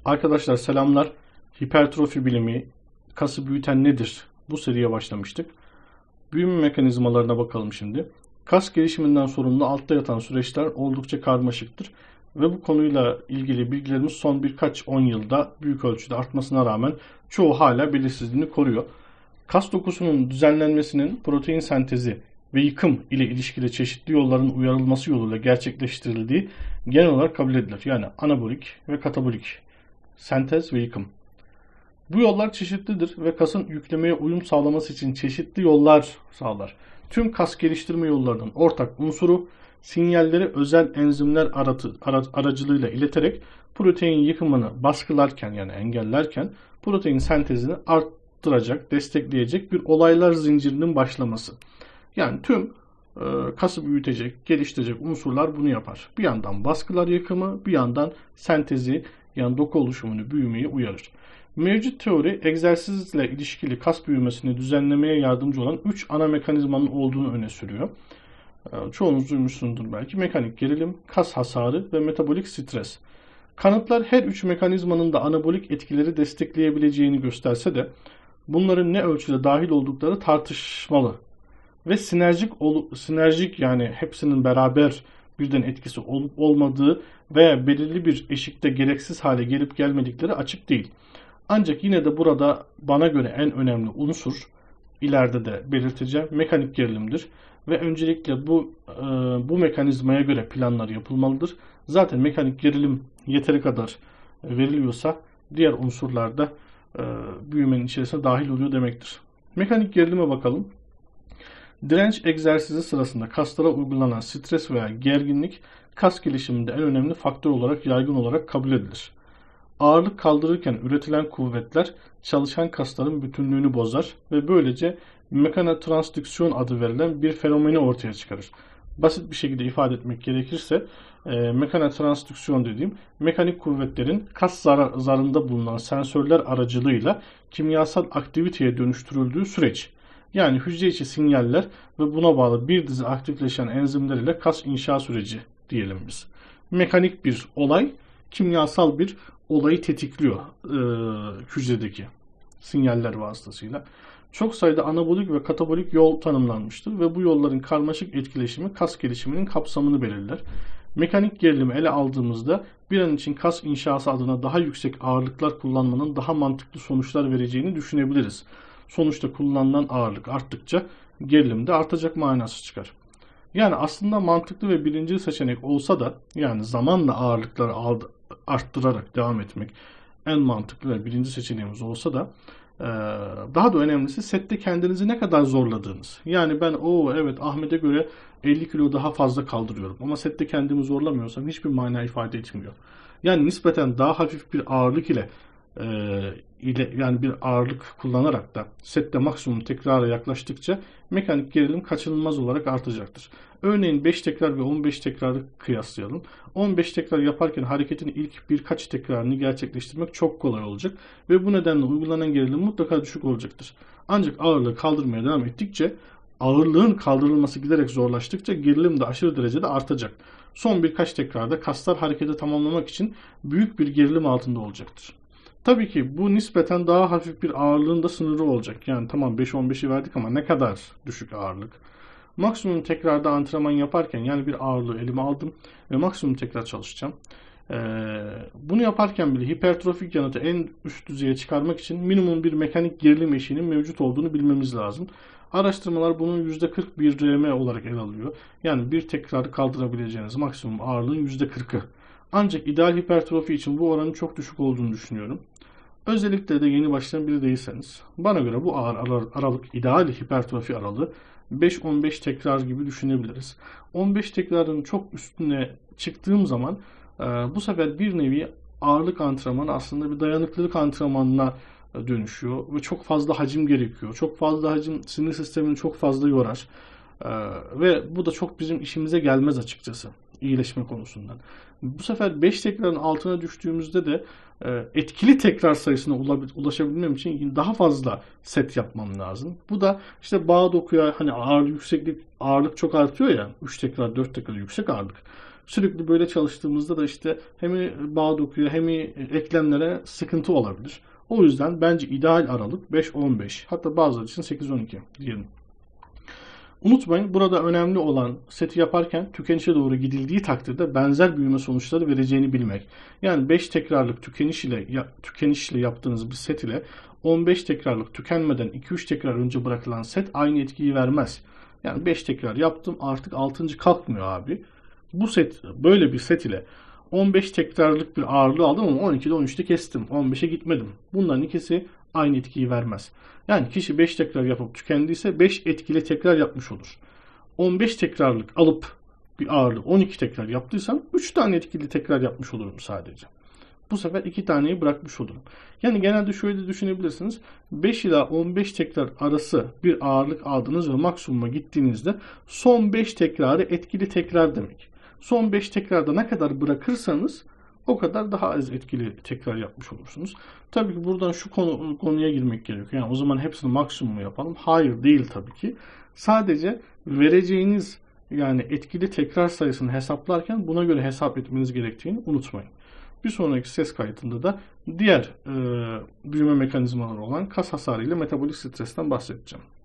Arkadaşlar selamlar. Hipertrofi bilimi, kası büyüten nedir? Bu seriye başlamıştık. Büyüme mekanizmalarına bakalım şimdi. Kas gelişiminden sorumlu altta yatan süreçler oldukça karmaşıktır. Ve bu konuyla ilgili bilgilerimiz son birkaç 10 yılda büyük ölçüde artmasına rağmen çoğu hala belirsizliğini koruyor. Kas dokusunun düzenlenmesinin protein sentezi ve yıkım ile ilişkili çeşitli yolların uyarılması yoluyla gerçekleştirildiği genel olarak kabul edilir. Yani anabolik ve katabolik sentez ve yıkım. Bu yollar çeşitlidir ve kasın yüklemeye uyum sağlaması için çeşitli yollar sağlar. Tüm kas geliştirme yollarının ortak unsuru sinyalleri özel enzimler aracılığıyla ileterek protein yıkımını baskılarken yani engellerken protein sentezini arttıracak, destekleyecek bir olaylar zincirinin başlaması. Yani tüm kası büyütecek, geliştirecek unsurlar bunu yapar. Bir yandan baskılar yıkımı, bir yandan sentezi yani doku oluşumunu, büyümeyi uyarır. Mevcut teori egzersizle ilişkili kas büyümesini düzenlemeye yardımcı olan 3 ana mekanizmanın olduğunu öne sürüyor. Çoğunuz duymuşsunuzdur belki. Mekanik gerilim, kas hasarı ve metabolik stres. Kanıtlar her üç mekanizmanın da anabolik etkileri destekleyebileceğini gösterse de bunların ne ölçüde dahil oldukları tartışmalı. Ve sinerjik yani hepsinin beraber birden etkisi olup olmadığı veya belirli bir eşikte gereksiz hale gelip gelmedikleri açık değil. Ancak yine de burada bana göre en önemli unsur ileride de belirteceğim mekanik gerilimdir. Ve öncelikle bu mekanizmaya göre planlar yapılmalıdır. Zaten mekanik gerilim yeteri kadar veriliyorsa diğer unsurlar da büyümenin içerisine dahil oluyor demektir. Mekanik gerilime bakalım. Direnç egzersizi sırasında kaslara uygulanan stres veya gerginlik kas gelişiminde en önemli faktör olarak yaygın olarak kabul edilir. Ağırlık kaldırırken üretilen kuvvetler çalışan kasların bütünlüğünü bozar ve böylece mekanotransdüksiyon adı verilen bir fenomeni ortaya çıkarır. Basit bir şekilde ifade etmek gerekirse mekanotransdüksiyon dediğim mekanik kuvvetlerin kas zarında bulunan sensörler aracılığıyla kimyasal aktiviteye dönüştürüldüğü süreç. Yani hücre içi sinyaller ve buna bağlı bir dizi aktifleşen enzimler ile kas inşa süreci diyelim biz. Mekanik bir olay, kimyasal bir olayı tetikliyor hücredeki sinyaller vasıtasıyla. Çok sayıda anabolik ve katabolik yol tanımlanmıştır ve bu yolların karmaşık etkileşimi kas gelişiminin kapsamını belirler. Mekanik gerilimi ele aldığımızda bir an için kas inşası adına daha yüksek ağırlıklar kullanmanın daha mantıklı sonuçlar vereceğini düşünebiliriz. Sonuçta kullanılan ağırlık arttıkça gerilim de artacak manası çıkar. Yani aslında mantıklı ve birinci seçenek olsa da yani zamanla ağırlıkları arttırarak devam etmek en mantıklı ve birinci seçeneğimiz olsa da daha da önemlisi sette kendinizi ne kadar zorladığınız. Yani ben evet Ahmet'e göre 50 kilo daha fazla kaldırıyorum ama sette kendimi zorlamıyorsam hiçbir mana ifade etmiyor. Yani nispeten daha hafif bir ağırlık yani bir ağırlık kullanarak da sette maksimum tekrara yaklaştıkça mekanik gerilim kaçınılmaz olarak artacaktır. Örneğin 5 tekrar ve 15 tekrarı kıyaslayalım. 15 tekrar yaparken hareketin ilk birkaç tekrarını gerçekleştirmek çok kolay olacak ve bu nedenle uygulanan gerilim mutlaka düşük olacaktır. Ancak ağırlığı kaldırmaya devam ettikçe ağırlığın kaldırılması giderek zorlaştıkça gerilim de aşırı derecede artacak. Son birkaç tekrarda kaslar hareketi tamamlamak için büyük bir gerilim altında olacaktır. Tabii ki bu nispeten daha hafif bir ağırlığın da sınırı olacak. Yani tamam 5-15'i verdik ama ne kadar düşük ağırlık? Maksimum tekrarda antrenman yaparken yani bir ağırlığı elime aldım ve maksimum tekrar çalışacağım. Bunu yaparken bile hipertrofik yanıtı en üst düzeye çıkarmak için minimum bir mekanik gerilim eşiğinin mevcut olduğunu bilmemiz lazım. Araştırmalar bunun %40 bir RM olarak ele alıyor. Yani bir tekrarı kaldırabileceğiniz maksimum ağırlığın %40'ı. Ancak ideal hipertrofi için bu oranın çok düşük olduğunu düşünüyorum. Özellikle de yeni başlayan biri değilseniz, bana göre bu aralık ideal hipertrofi aralığı 5-15 tekrar gibi düşünebiliriz. 15 tekrarın çok üstüne çıktığım zaman bu sefer bir nevi ağırlık antrenmanı aslında bir dayanıklılık antrenmanına dönüşüyor ve çok fazla hacim gerekiyor. Çok fazla hacim sinir sistemini çok fazla yorar. Ve bu da çok bizim işimize gelmez açıkçası iyileşme konusundan. Bu sefer 5 tekrarın altına düştüğümüzde de etkili tekrar sayısına ulaşabilmem için daha fazla set yapmam lazım. Bu da işte bağ dokuya hani ağırlık çok artıyor ya 3 tekrar 4 tekrar yüksek ağırlık. Sürekli böyle çalıştığımızda da işte hem bağ dokuya hem eklemlere sıkıntı olabilir. O yüzden bence ideal aralık 5-15, hatta bazıları için 8-12 diyelim. Unutmayın, burada önemli olan seti yaparken tükenişe doğru gidildiği takdirde benzer büyüme sonuçları vereceğini bilmek. Yani 5 tekrarlık tükeniş ile yaptığınız bir set ile 15 tekrarlık tükenmeden 2-3 tekrar önce bırakılan set aynı etkiyi vermez. Yani 5 tekrar yaptım, artık 6. kalkmıyor abi. Bu set, böyle bir set ile 15 tekrarlık bir ağırlığı aldım ama 12'de 13'te kestim. 15'e gitmedim. Bunların ikisi aynı etkiyi vermez. Yani kişi 5 tekrar yapıp tükendiyse 5 etkili tekrar yapmış olur. 15 tekrarlık alıp bir ağırlığı 12 tekrar yaptıysam 3 tane etkili tekrar yapmış olurum sadece. Bu sefer 2 taneyi bırakmış olurum. Yani genelde şöyle düşünebilirsiniz. 5 ila 15 tekrar arası bir ağırlık aldınız ve maksimuma gittiğinizde son 5 tekrarı etkili tekrar demek. Son 5 tekrarda ne kadar bırakırsanız o kadar daha az etkili tekrar yapmış olursunuz. Tabii ki buradan şu konuya girmek gerekiyor. Yani o zaman hepsini maksimum yapalım. Hayır, değil tabii ki. Sadece vereceğiniz yani etkili tekrar sayısını hesaplarken buna göre hesap etmeniz gerektiğini unutmayın. Bir sonraki ses kaydında da diğer büyüme mekanizmaları olan kas hasarı ile metabolik stresten bahsedeceğim.